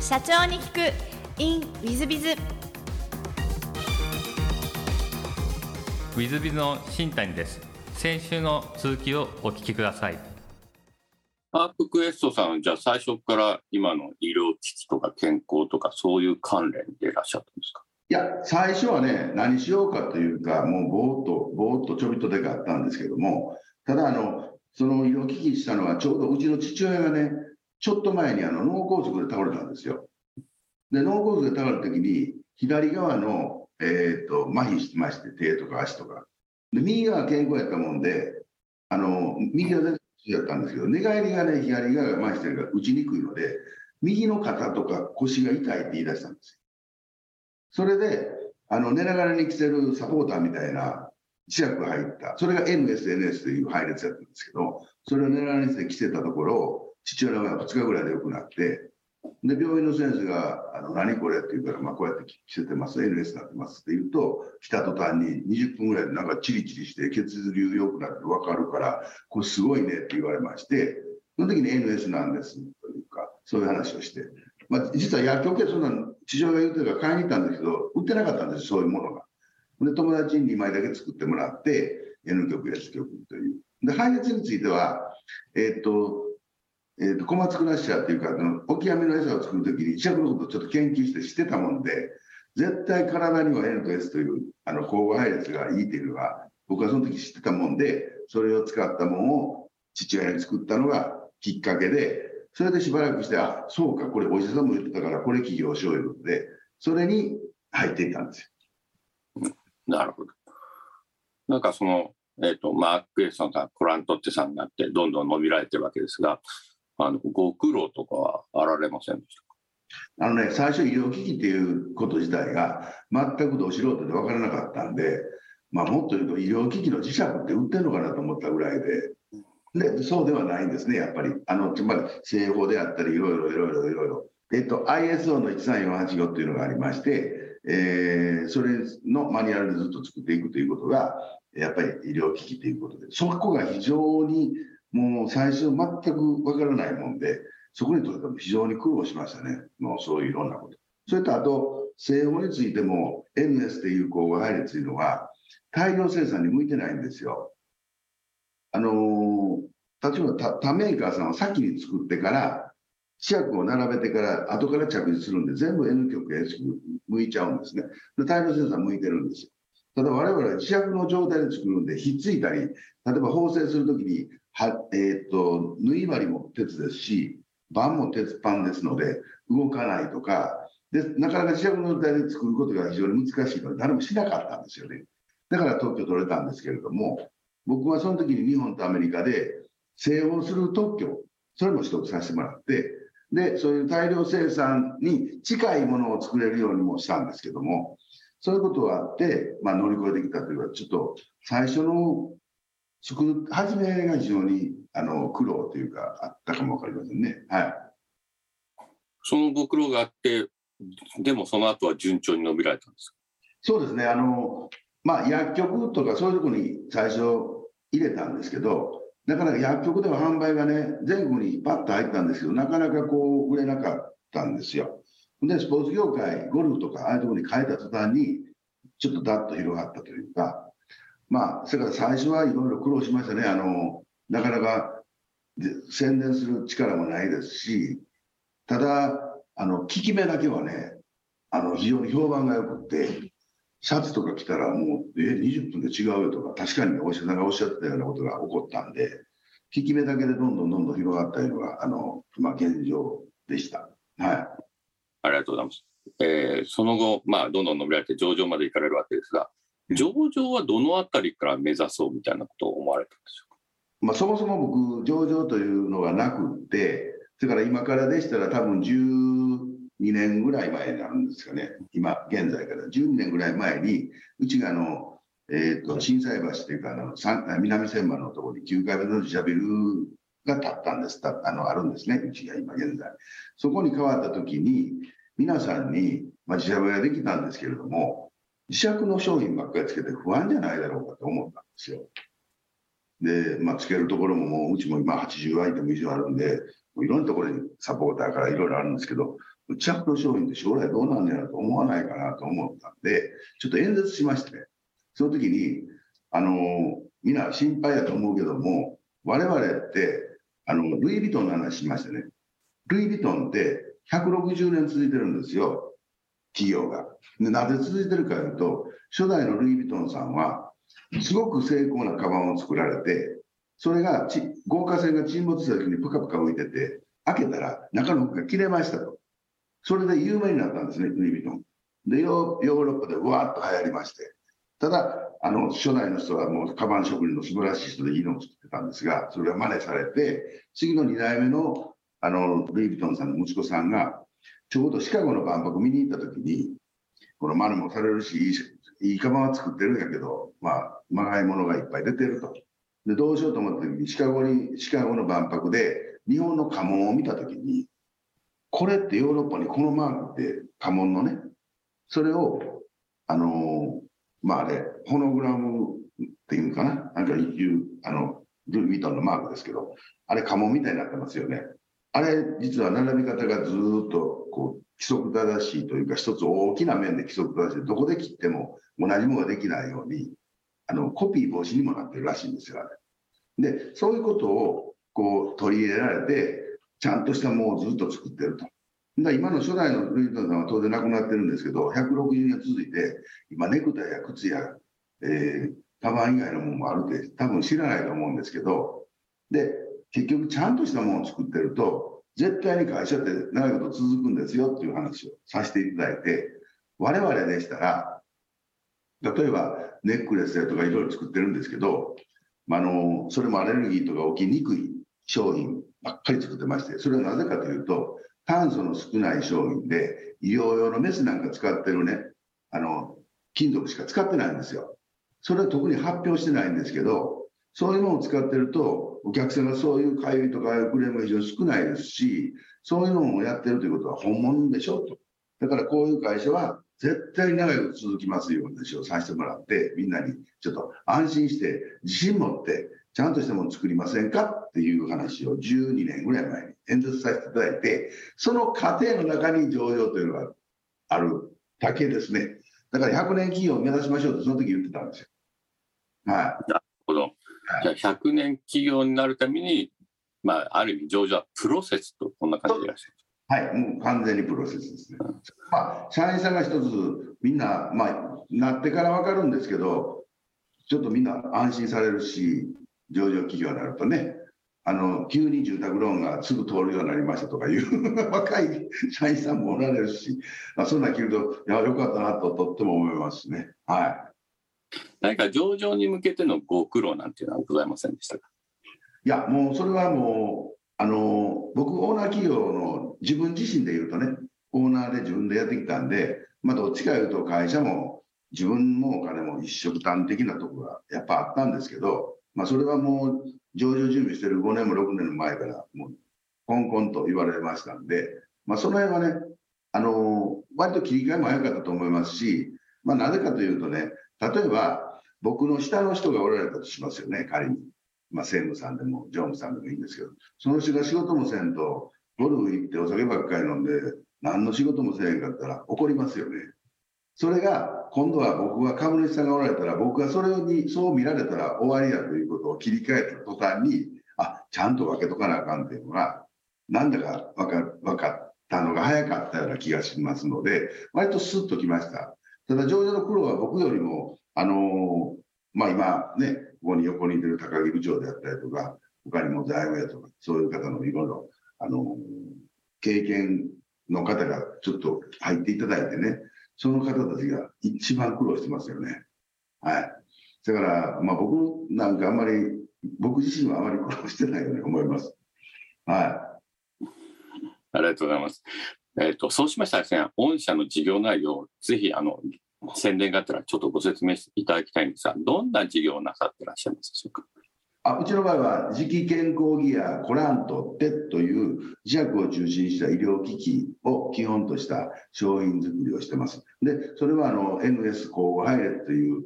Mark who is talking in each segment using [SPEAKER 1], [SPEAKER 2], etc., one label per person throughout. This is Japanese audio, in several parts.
[SPEAKER 1] 社長に聞く in ウィズビズ。
[SPEAKER 2] ウィズビズの新谷です。先週の続きをお聞きください。
[SPEAKER 3] パーククエストさん、じゃあ最初から今の医療機器とか健康とかそういう関連でいらっしゃったんですか？
[SPEAKER 4] いや、最初はね、何しようかというか、もうぼーっとちょびっとでかあったんですけども、ただその医療機器したのはちょうどうちの父親がね、ちょっと前に脳梗塞で倒れたんですよ。で、脳梗塞で倒れた時に、左側の、麻痺してまして、手とか足とか。で、右側が健康やったもんで、右側全然普通やったんですけど、寝返りがね、左側が麻痺してるから打ちにくいので、右の肩とか腰が痛いって言い出したんですよ。それで、寝ながらに着せるサポーターみたいな磁石が入った、それが NSNS という配列やったんですけど、それを寝ながらに着せたところ、父親の場合は2日ぐらいで良くなって、で、病院の先生が、何これって言うから、こうやって着せてます、NS になってますって言うと、来た途端に20分ぐらいでなんかチリチリして血流良くなって分かるから、これすごいねって言われまして、その時に NS なんですというか、そういう話をして、実は薬局でそんな父親が言ってたから買いに行ったんですけど、売ってなかったんです、そういうものが。で、友達に2枚だけ作ってもらって、N 極、S 極という。で、配列については、小松クラッシャーっていうか、オキアミの餌を作るときに、磁石のことをちょっと研究して知ってたもんで、絶対体には N と S という交互配列がいいっていうのが、僕はその時知ってたもんで、それを使ったものを父親に作ったのがきっかけで、それでしばらくして、あ、そうか、これお医者さんも言ってたから、これ起業しよういうことで、それに入っていったんです
[SPEAKER 3] よ。なるほど。なんかマーク・エイソンさん、コラントッテさんになって、どんどん伸びられてるわけですが、ご苦労とかはあられませんでしたか？
[SPEAKER 4] 最初医療機器っていうこと自体が全くど素人で分からなかったんで、もっと言うと医療機器の磁石って売ってるのかなと思ったぐらいで、そうではないんですね、やっぱり。つまり製法であったり、いろいろ。ISO の13485っていうのがありまして、それのマニュアルでずっと作っていくということが、やっぱり医療機器ということで、そこが非常にもう最初全くわからないもんで、そこにとっても非常に苦労しましたね。もうそういういろんなこと。それとあと、製法についても NS っていう交互配列というのは大量生産に向いてないんですよ。例えば他メーカーさんは先に作ってから、磁石を並べてから後から着実するんで、全部 N 極 S 極向いちゃうんですね。で、大量生産向いてるんですよ。ただ我々は磁石の状態で作るんで、ひっついたり、例えば縫製するときに縫い針も鉄ですし、板も鉄板ですので、動かないとか、で、なかなか磁石の状態で作ることが非常に難しいので、誰もしなかったんですよね。だから特許取れたんですけれども、僕はその時に日本とアメリカで製法する特許、それも取得させてもらって、で、そういう大量生産に近いものを作れるようにもしたんですけども、そういうことがあって、乗り越えてきたというか、ちょっと最初の初めが非常に苦労というか、あったかもわかりませんね。はい。
[SPEAKER 3] そのご苦労があって、でもその後は順調に伸びられたんですか？
[SPEAKER 4] そうですね。薬局とかそういうところに最初入れたんですけど、なかなか薬局では販売がね、全国にパッと入ったんですけど、なかなか売れなかったんですよ。で、スポーツ業界、ゴルフとか、ああいうところに変えた途端に、ちょっとダッと広がったというか、それから最初はいろいろ苦労しましたね。なかなか宣伝する力もないですし、ただ、効き目だけはね、非常に評判が良くて、シャツとか着たらもう、20分で違うよとか、確かにお医者さんがおっしゃってたようなことが起こったんで、効き目だけでどんどん広がったというのが、現状でした。はい。
[SPEAKER 3] ありがとうございます。その後、どんどん伸びられて上場まで行かれるわけですが、上場はどのあたりから目指そうみたいなことを思われたんでしょうか？
[SPEAKER 4] そもそも僕、上場というのがなくって、それから今からでしたら多分12年ぐらい前になるんですかね。今、現在から12年ぐらい前に、うちが心斎橋というか、南千葉のところに9階建ての自社ビルが建ったんです。あるんですね。うちが今現在。そこに変わった時に、皆さんに、自社ビルができたんですけれども、磁石の商品ばっかりつけて不安じゃないだろうかと思ったんですよ。で、つけるところももううちも今80アイテム以上あるんで、いろんなところにサポーターからいろいろあるんですけど、 着の商品って将来どうなんねやろと思わないかなと思ったんで、ちょっと演説しましてね、その時に、みんな心配だと思うけども、我々って、ルイ・ヴィトンの話しましてね、ルイ・ヴィトンって160年続いてるんですよ、企業が。で、なぜ続いてるかというと、初代のルイ・ヴィトンさんは、すごく精巧なカバンを作られて、それが豪華船が沈没した時にプカプカ浮いてて、開けたら中の服が切れましたと。それで有名になったんですね、ルイ・ヴィトン。で、ヨーロッパでわーっと流行りまして。ただ、初代の人はもうカバン職人の素晴らしい人でいいのを作ってたんですが、それが真似されて、次の2代目のルイ・ヴィトンさんの息子さんが、ちょうどシカゴの万博見に行った時に、このマヌもされるし、いいカバンは作ってるんやけど、まあ、まがいものがいっぱい出てると。で、どうしようと思った時に、シカゴの万博で、日本の家紋を見た時に、これってヨーロッパにこのマークって家紋のね、それを、まああれ、ホノグラムっていうのかな、なんかルイ・ヴィトンのマークですけど、あれ家紋みたいになってますよね。あれ、実は並び方がずーっとこう規則正しいというか、一つ大きな面で規則正しい、どこで切っても同じものができないように、コピー防止にもなってるらしいんですよ、あれ。で、そういうことをこう取り入れられて、ちゃんとしたものをずっと作ってると。今の初代のルイ・ヴィトンさんは当然亡くなってるんですけど、160年続いて、今、ネクタイや靴や、カバン以外のものもあるって多分知らないと思うんですけど、で、結局ちゃんとしたものを作ってると、絶対に会社って長いこと続くんですよっていう話をさせていただいて、我々でしたら、例えばネックレスやとかいろいろ作ってるんですけど、それもアレルギーとか起きにくい商品ばっかり作ってまして、それはなぜかというと、炭素の少ない商品で、医療用のメスなんか使ってるね、金属しか使ってないんですよ。それは特に発表してないんですけど、そういうものを使ってると、お客さんがそういうかゆいとかクレームが非常に少ないですし、そういうのをやってるということは本物でしょと。だからこういう会社は絶対に長く続きますような話をさせてもらって、みんなにちょっと安心して自信持ってちゃんとしたものを作りませんかっていう話を12年ぐらい前に演説させていただいて、その過程の中に上場というのがあるだけですね。だから100年企業を目指しましょうとその時言ってたんですよ。はい。
[SPEAKER 3] なるほど。じゃあ100年企業になるために、ある意味上場はプロセスとこんな感じでいらっしゃる。
[SPEAKER 4] はい、もう完全にプロセスですね。社員さんが一つみんな、なってから分かるんですけど、ちょっとみんな安心されるし、上場企業になるとね、急に住宅ローンがすぐ通るようになりましたとかいう若い社員さんもおられるし、そんな聞くと、いや、よかったなととっても思いますね。はい。
[SPEAKER 3] 何か上場に向けてのご苦労なんていうのはございませんでしたか？
[SPEAKER 4] いや、もうそれはもう、僕、オーナー企業の自分自身で言うとね、オーナーで自分でやってきたんで、どっちかいうと会社も自分もお金も一緒くたん的なところがやっぱあったんですけど、それはもう上場準備してる5年も6年も前からもうコンコンと言われましたんで、その辺はね、割と切り替えも早かったと思いますし、なぜかというとね、例えば僕の下の人がおられたとしますよね、仮に。専務さんでも常務さんでもいいんですけど、その人が仕事もせんと、ゴルフ行ってお酒ばっかり飲んで、何の仕事もせえへんかったら怒りますよね。それが、今度は僕が株主さんがおられたら、僕がそれにそう見られたら終わりだということを切り替えた途端に、ちゃんと分けとかなあかんっていうのが、なんだか分かったのが早かったような気がしますので、割とスッときました。ただ、上場の苦労は僕よりも、今ね、ここに横にいてる高木部長であったりとか、他にも財務やとか、そういう方のいろいろ、経験の方がちょっと入っていただいてね、その方たちが一番苦労してますよね。はい。だから、僕なんか僕自身はあまり苦労してないように思います。はい。
[SPEAKER 3] ありがとうございます。そうしましたらですね、御社の事業内容をぜひ、宣伝があったらちょっとご説明していただきたいんですが、どんな事業をなさっていらっしゃいますでしょうか？
[SPEAKER 4] うちの場合は、磁気健康ギアコラントテという磁石を中心にした医療機器を基本とした商品作りをしてます。で、それはNS 交互配列という、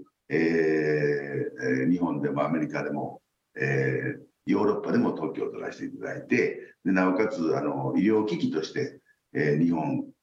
[SPEAKER 4] 日本でもアメリカでも、ヨーロッパでも特許を取らせていただいて、でなおかつ医療機器として、日本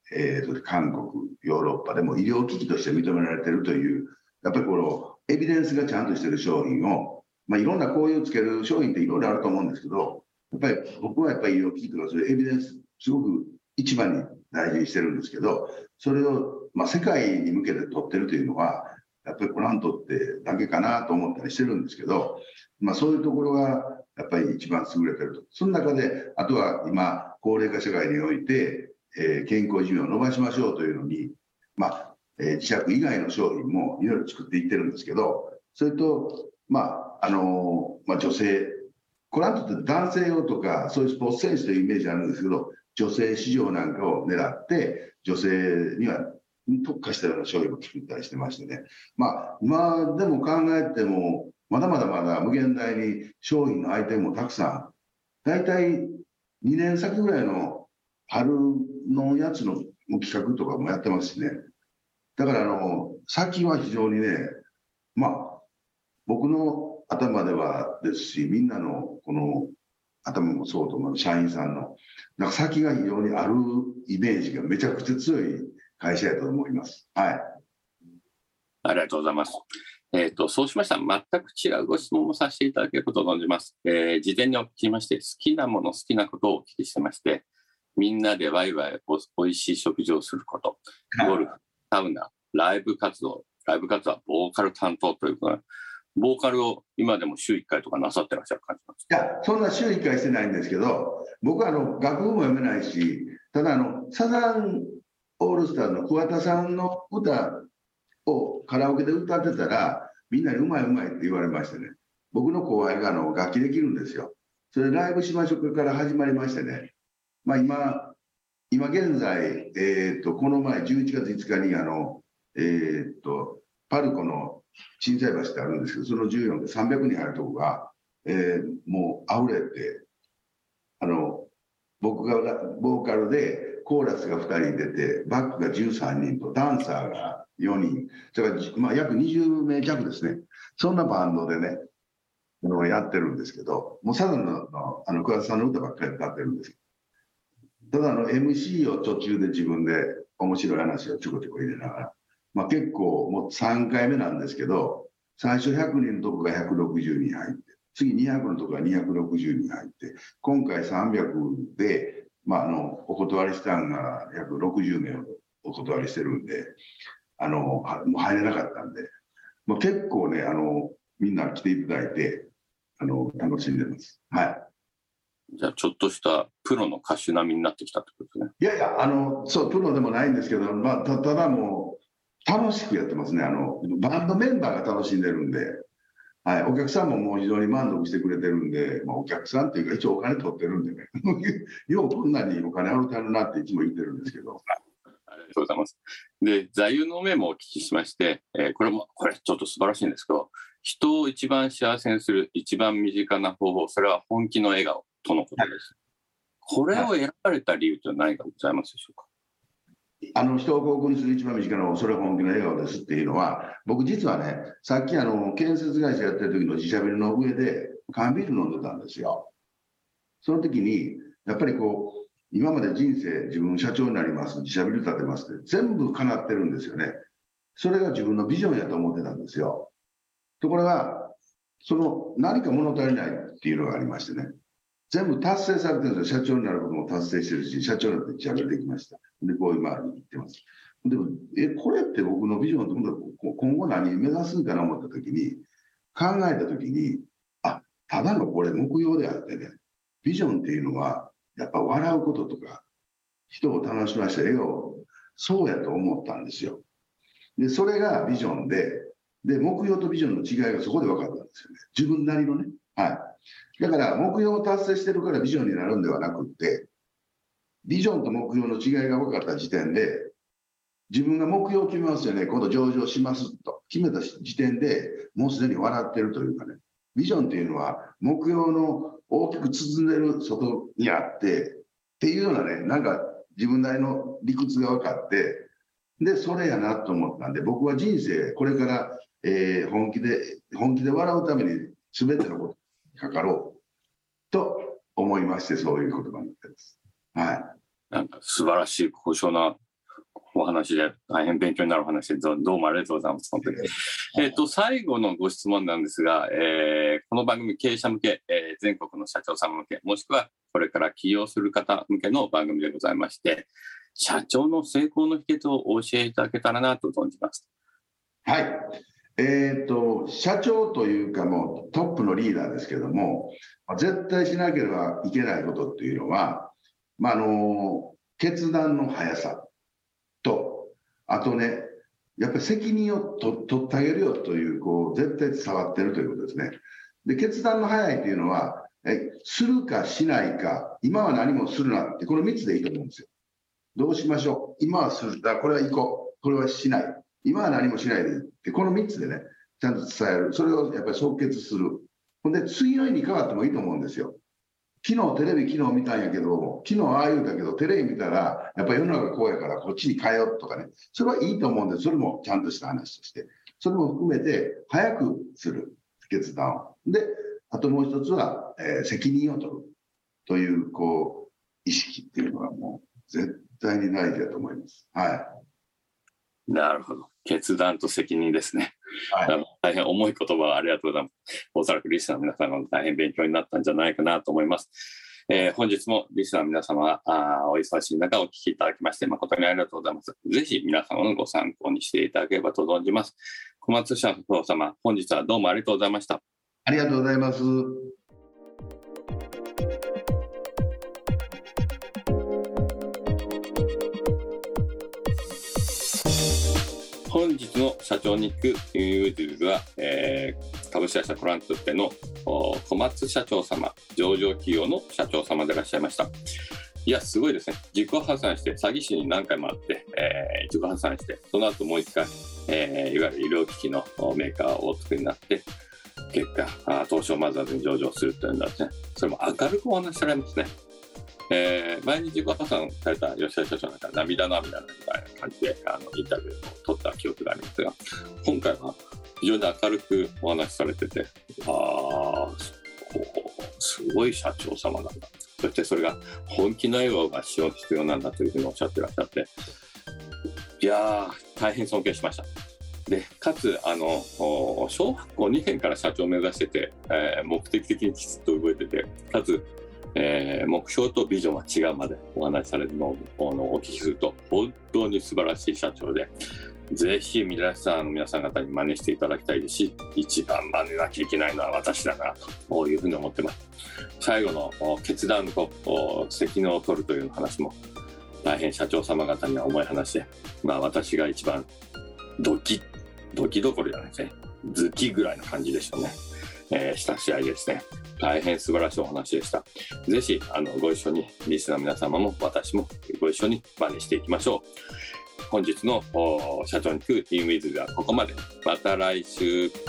[SPEAKER 4] 韓国、ヨーロッパでも医療機器として認められているという、やっぱりこのエビデンスがちゃんとしている商品を、いろんなこういうつける商品っていろいろあると思うんですけど、やっぱり僕はやっぱり医療機器とかそういうエビデンス、すごく一番に大事にしてるんですけど、それを世界に向けて取ってるというのは、やっぱりコラントってだけかなと思ったりしてるんですけど、そういうところがやっぱり一番優れてると。その中で、あとは今、高齢化社会において、健康寿命を伸ばしましょうというのに、磁石以外の商品もいろいろ作っていってるんですけど、それと、女性、コラントって男性用とか、そういうスポーツ選手というイメージあるんですけど、女性市場なんかを狙って、女性には特化したような商品を作ったりしてましてね。今でも考えても、まだ無限大に商品のアイテムもたくさん、だいたい2年先ぐらいの春のやつの企画とかもやってますしね。だから先は非常にね、僕の頭ではですし、みんなのこの頭もそうと思う、社員さんの、先が非常にあるイメージがめちゃくちゃ強い会社やと思います。はい。
[SPEAKER 3] ありがとうございます。そうしましたら全く違うご質問もさせていただければと存じます。事前にお聞きしまして、好きなもの、好きなことをお聞きしてまして、みんなでワイワイおいしい食事をすること、ゴルフ、サウナ、ライブ活動はボーカル担当ということで、ボーカルを今でも週1回とかなさってらっしゃる感じなんですか？
[SPEAKER 4] いや、そんな週1回してないんですけど、僕は楽譜も読めないし、ただサザンオールスターの桑田さんの歌をカラオケで歌ってたら、みんなにうまいうまいって言われましてね、僕の後輩が楽器できるんですよ。それライブしましょうから始まりましてね、今現在、この前11月5日にパルコの心斎橋ってあるんですけど、その14で300人入るとこが、もう溢れて、僕がボーカルでコーラスが2人出て、バックが13人とダンサーが4人、それから約20名弱ですね。そんなバンドでね、やってるんですけど、もうサザンの桑田さんの歌ばっかり歌ってるんですけど、ただMC を途中で自分で面白い話をちょこちょこ入れながら、結構もう3回目なんですけど、最初100人のとこが160人入って、次200のとこが260人入って、今回300で、お断りしたのが約60名をお断りしてるんで、もう入れなかったんで、結構ね、みんな来ていただいて、楽しんでます。はい。
[SPEAKER 3] じゃあちょっとしたプロの歌手並みになってきたってことですね。
[SPEAKER 4] いやいや、そう、プロでもないんですけど、ただもう、楽しくやってますね。バンドメンバーが楽しんでるんで、はい、お客さんももう非常に満足してくれてるんで、お客さんっていうか、一応お金取ってるんでね、ようこんなにお金払ってあるなっていつも言ってるんですけど。
[SPEAKER 3] ありがとうございます。で、座右の銘もお聞きしまして、これちょっと素晴らしいんですけど、人を一番幸せにする一番身近な方法、それは本気の笑顔とのことです。これを選ばれた理由とは何かございますでしょうか？
[SPEAKER 4] 人を幸福にする一番身近な方法、それは本気の笑顔ですっていうのは、僕実はね、さっき建設会社やってる時の自社ビルの上で缶ビール飲んでたんですよ。その時に、やっぱり今まで人生、自分社長になります、自社ビル建てますって全部叶ってるんですよね。それが自分のビジョンやと思ってたんですよ。ところが、何か物足りないっていうのがありましてね。全部達成されてるんですよ。社長になることも達成してるし、社長になって自社ビルできました。で、こう今言ってます。でも、これって僕のビジョンって今後何目指すんかな思った時に、考えた時に、ただのこれ目標であってね、ビジョンっていうのは、やっぱ笑うこととか、人を楽しませた笑顔、そうやと思ったんですよ。で、それがビジョンで、目標とビジョンの違いがそこで分かったんですよね。自分なりのね。はい。だから、目標を達成してるからビジョンになるんではなくって、ビジョンと目標の違いが分かった時点で、自分が目標を決めますよね。今度上場しますと決めた時点で、もうすでに笑ってるというかね。ビジョンっていうのは、目標の大きく包んでる外にあって、っていうようなね、なんか自分なりの理屈が分かって、で、それやなと思ったんで、僕は人生、これから、本気で笑うために全てのことにかかろうと思いまして、そういう言葉になってます。はい。
[SPEAKER 3] なんか素晴らしい高尚なお話で大変勉強になるお話でどうもありがとうございます。本当に。最後のご質問なんですが、この番組経営者向け、全国の社長様向け、もしくはこれから起業する方向けの番組でございまして、社長の成功の秘訣をお教えいただけたらなと存じます。
[SPEAKER 4] はい。社長というかもうトップのリーダーですけども、絶対しなければいけないことっていうのは、決断の速さと、あとね、やっぱり責任を取ってあげるよという、絶対伝わってるということですね。で、決断の速いというのは、するかしないか、今は何もするなって、この3つでいいと思うんですよ。どうしましょう。今はする。これは行こう。これはしない。今は何もしないでいいって、この3つでね、ちゃんと伝える。それをやっぱり即決する。ほんで、次の日に変わってもいいと思うんですよ。昨日テレビ見たんやけど、昨日ああ言うたけど、テレビ見たら、やっぱり世の中こうやからこっちに変えようとかね。それはいいと思うんで、それもちゃんとした話として。それも含めて、早くする決断を。で、あともう一つは、責任を取るという、意識っていうのはもう絶対に大事だと思います。はい。
[SPEAKER 3] なるほど。決断と責任ですね。
[SPEAKER 4] はい、
[SPEAKER 3] 大変重い言葉をありがとうございます。おそらくリスナーの皆様も大変勉強になったんじゃないかなと思います。本日もリスナーの皆様お忙しい中お聞きいただきまして誠にありがとうございます。ぜひ皆様のご参考にしていただければと存じます。小松社長様、本日はどうもありがとうございました。
[SPEAKER 4] ありがとうございます。
[SPEAKER 3] 本日の社長に行くYouTubeは、株式会社コラントッペの小松社長様、上場企業の社長様でいらっしゃいました。いや、すごいですね。自己破産して詐欺師に何回もあって、自己破産して、その後もう一回、いわゆる医療機器のメーカーをお作りになって、結果、東証マザーズに上場するというのはですね、それも明るくお話しされますね。前に自己破産された吉田社長なんか涙みたいな感じでインタビューを取った記憶がありますが、今回は非常に明るくお話しされてて、すごい社長様なんだ、そしてそれが本気の笑顔が必要なんだというふうにおっしゃってらっしゃって、いやー大変尊敬しました。でかつ小学校2年から社長を目指してて、目的的にきちっと動いてて、かつ目標とビジョンは違うまでお話しされるのをお聞きすると本当に素晴らしい社長で、ぜひ皆さん方に真似していただきたいですし、一番真似なきゃいけないのは私だなというふうに思ってます。最後の決断と責任を取るという話も大変社長様方には重い話で、私が一番ドキどころじゃないですね、ズキぐらいの感じでしたね。した試合ですね。大変素晴らしいお話でした。ぜひご一緒にリスナーの皆様も私もご一緒に真似していきましょう。本日の社長に聞く Team Wiz ではここまで。また来週。
[SPEAKER 1] 3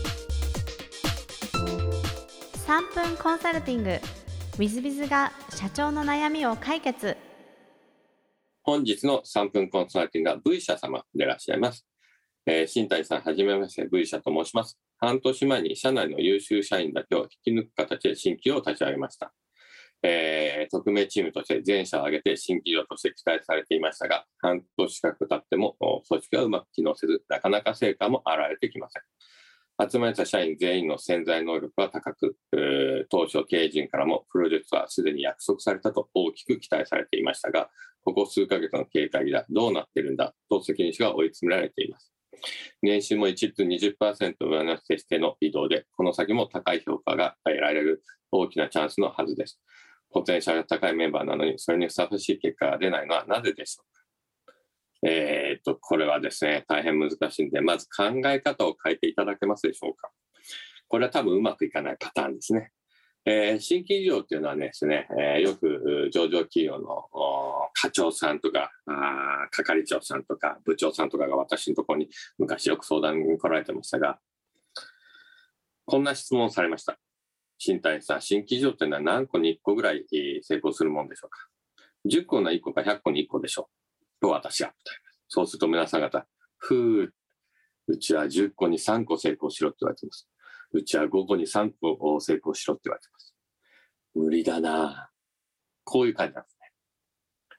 [SPEAKER 1] 分コンサルティング WithBiz が社長の悩みを解決。
[SPEAKER 3] 本日の3分コンサルティングは V 社様でいらっしゃいます。新谷さん、はじめまして。 V 社と申します。半年前に社内の優秀社員だけを引き抜く形で新規を立ち上げました。特命チームとして全社を挙げて新企業として期待されていましたが、半年近く経っても組織がうまく機能せず、なかなか成果も現れてきません。集まれた社員全員の潜在能力は高く、当初経営陣からもプロジェクトはすでに約束されたと大きく期待されていましたが、ここ数ヶ月の経営会議でどうなっているんだと責任者が追い詰められています。年収も一律 20% 上乗せしての移動で、この先も高い評価が得られる大きなチャンスのはずです。ポテンシャルが高いメンバーなのに、それにふさわしい結果が出ないのはなぜでしょうか。これはですね、大変難しいんで、まず考え方を変えていただけますでしょうか。これは多分うまくいかないパターンですね。新規事業っていうのはですね、よく上場企業の課長さんとか係長さんとか部長さんとかが私のところに昔よく相談に来られてましたが、こんな質問をされました。新谷さん、新規事業っていうのは何個に1個ぐらい成功するものでしょうか。10個の1個か100個に1個でしょうと私は答えます。そうすると皆さん方、うちは10個に3個成功しろって言われています。うちは5個に3個成功しろって言われています。無理だな。こういう感じなんですね。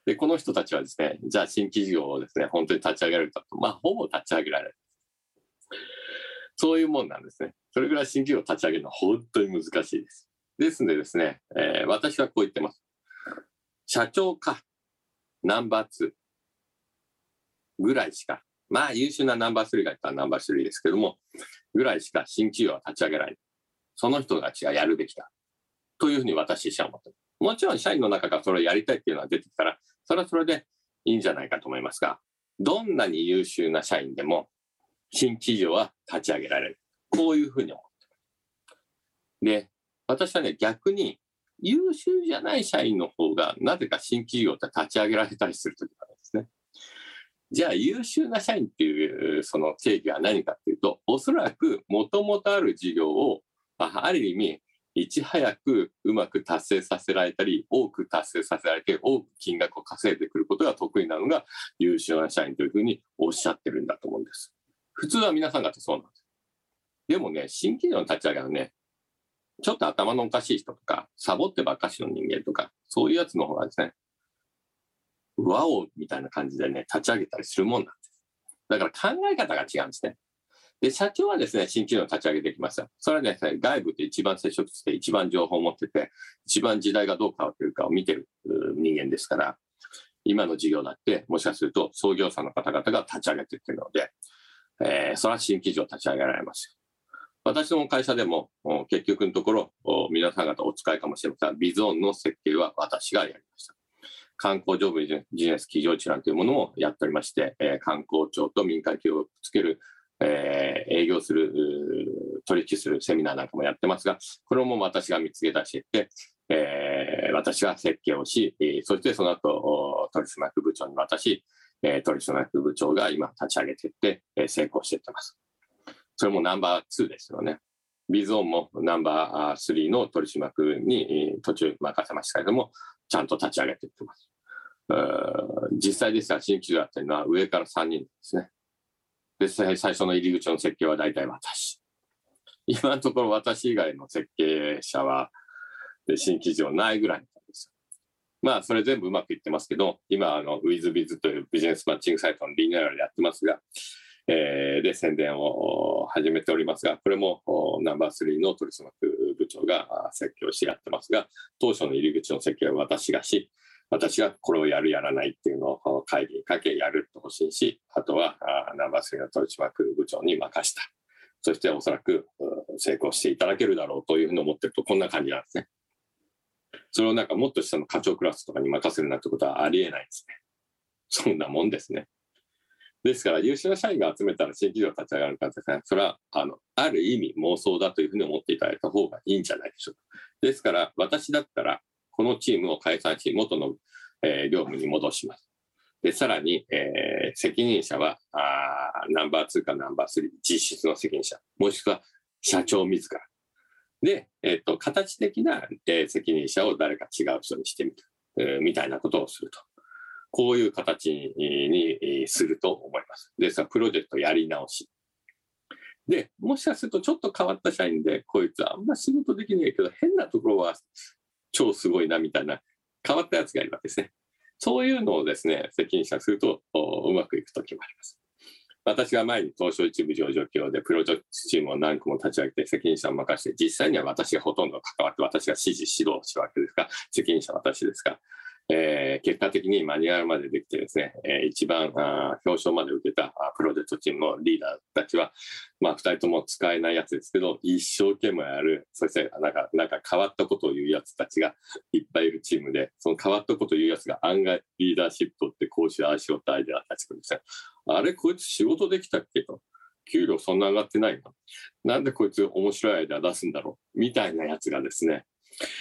[SPEAKER 3] で、この人たちはですね、じゃあ新規事業をですね、本当に立ち上げられるかと、ほぼ立ち上げられる。そういうもんなんですね。それぐらい新規事業を立ち上げるのは本当に難しいです。ですのでですね、私はこう言ってます。社長かナンバー2ぐらいしか、優秀なナンバー3がいったらナンバー3ですけども、ぐらいしか新規事業は立ち上げられない。その人たちがやるべきだ。というふうに私自身は思っています。もちろん社員の中からそれをやりたいっていうのは出てきたら、それはそれでいいんじゃないかと思いますが、どんなに優秀な社員でも新規事業は立ち上げられる。こういうふうに思っています。で、私はね、逆に優秀じゃない社員の方がなぜか新規事業って立ち上げられたりするときがあるんですね。じゃあ優秀な社員っていうその定義は何かっていうと、おそらくもともとある事業をある意味いち早くうまく達成させられたり、多く達成させられて多く金額を稼いでくることが得意なのが優秀な社員というふうにおっしゃってるんだと思うんです。普通は皆さん方そうなんです。でもね、新企業の立ち上げはね、ちょっと頭のおかしい人とか、サボってばっかしの人間とか、そういうやつの方がですね、ワオみたいな感じでね、立ち上げたりするもんなんです。だから考え方が違うんですね。で、社長はですね、新企業を立ち上げてきました。それはですね、外部で一番接触して一番情報を持ってて、一番時代がどう変わっているかを見てる人間ですから、今の事業だって、もしかすると創業者の方々が立ち上げていっているので、それは新規事業を立ち上げられますよ。私の会社でも結局のところ皆さん方お使いかもしれませんが、ビゾーンの設計は私がやりました。観光上部ビジネス企業一覧というものをやっておりまして、観光庁と民間企業をつける、営業する、取引するセミナーなんかもやってますが、これも私が見つけ出していって、私が設計をし、そしてその後取締役部長に渡し、取締役部長が今立ち上げていって、成功していってます。それもナンバー2ですよね。ビゾーンもナンバー3の取締役に途中任せましたけれども、ちゃんと立ち上げていってます。実際ですが、新規事業だったのは上から3人ですね。で、最初の入り口の設計は大体私。今のところ私以外の設計者は新規事業ないぐらいなんですよ。それ全部うまくいってますけど、今、WithBiz というビジネスマッチングサイトのリニューアルでやってますが、で、宣伝を始めておりますが、これもナンバー3の取締役部長が設計をしやってますが、当初の入り口の設計は私がし、私がこれをやるやらないっていうのを会議にかけやると方針し、あとはナンバー3の取締役部長に任した。そしておそらく成功していただけるだろうというふうに思ってるとこんな感じなんですね。それをなんかもっと下の課長クラスとかに任せるなんてことはありえないですね。そんなもんですね。ですから優秀な社員が集めたら新規事業立ち上がるかですね、それはある意味妄想だというふうに思っていただいた方がいいんじゃないでしょうか。ですから私だったらこのチームを解散し元の、業務に戻します。でさらに、責任者はナンバー2かナンバー3、実質の責任者、もしくは社長自らで、形的な、責任者を誰か違う人にしてみる、みたいなことをすると。こういう形にすると思います。ですから、プロジェクトやり直し。で、もしかするとちょっと変わった社員で、こいつあんま仕事できないけど、変なところは超すごいなみたいな変わったやつがいるわけですね。そういうのをですね、責任者するとうまくいくときもあります。私が前に東証一部上場企業でプロジェクトチームを何個も立ち上げて責任者を任せて、実際には私がほとんど関わって私が指示指導したわけですが、責任者は私ですが、結果的にマニュアルまでできてですね、一番表彰まで受けたプロジェクトチームのリーダーたちは、2人とも使えないやつですけど、一生懸命やる、そしてなんか変わったことを言うやつたちがいっぱいいるチームで、その変わったことを言うやつが案外リーダーシップ取ってこうしようああしようってアイデアを立ち込んでですね、あれこいつ仕事できたっけと、給料そんな上がってないの、なんでこいつ面白いアイデア出すんだろうみたいなやつがですね、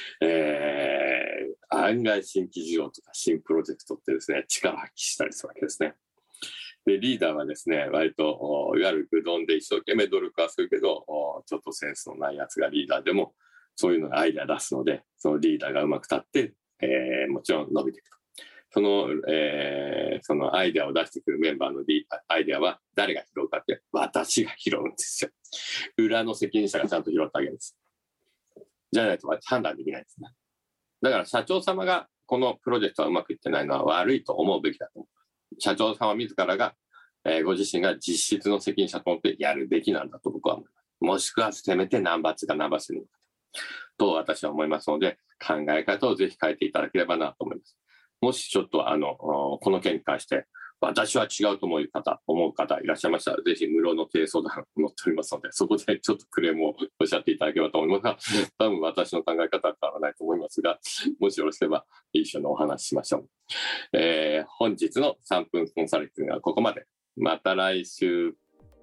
[SPEAKER 3] 案外新規事業とか新プロジェクトってですね、力を発揮したりするわけですね。で、リーダーはですね、割といわゆるうどんで一生懸命努力はするけど、ちょっとセンスのないやつがリーダーでもそういうのがアイデア出すので、そのリーダーがうまく立って、もちろん伸びていくと。そのアイデアを出してくるメンバーのアイデアは誰が拾うかって、私が拾うんですよ。裏の責任者がちゃんと拾ってあげるんです。じゃないと判断できないですね。だから社長様がこのプロジェクトがうまくいってないのは悪いと思うべきだと思う。社長さんは自らが、ご自身が実質の責任者と思ってやるべきなんだと僕は思います。もしくはせめてナンバー2かナンバー3の方と私は思いますので、考え方をぜひ変えていただければなと思います。もしちょっとこの件に関して私は違うと思う方いらっしゃいましたら、ぜひ無料の経営相談を載っておりますので、そこでちょっとクレームをおっしゃっていただければと思いますが、多分私の考え方は変わらないと思いますが、もしよろしければ一緒にお話ししましょう。本日の3分コンサルティングはここまで。また来週。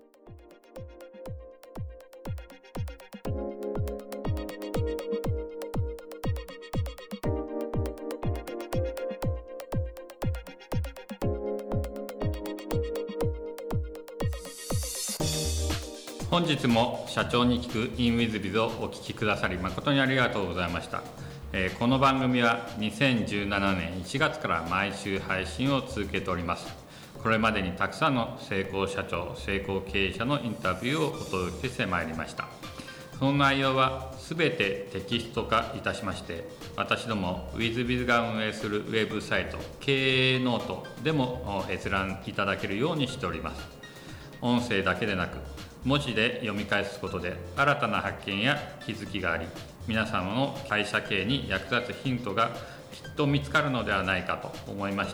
[SPEAKER 2] 本日も社長に聞く InWithBiz をお聞きくださり誠にありがとうございました。この番組は2017年1月から毎週配信を続けております。これまでにたくさんの成功社長、成功経営者のインタビューをお届けしてまいりました。その内容はすべてテキスト化いたしまして、私ども WithBiz が運営するウェブサイト経営ノートでも閲覧いただけるようにしております。音声だけでなく文字で読み返すことで新たな発見や気づきがあり、皆様の会社経営に役立つヒントがきっと見つかるのではないかと思いまして、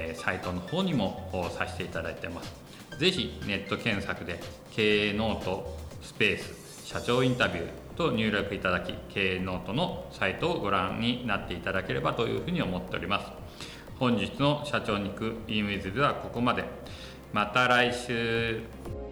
[SPEAKER 2] サイトの方にもさせていただいています。ぜひネット検索で経営ノートスペース社長インタビューと入力いただき、経営ノートのサイトをご覧になっていただければというふうに思っております。本日の社長に行く InWithBiz はここまで。また来週。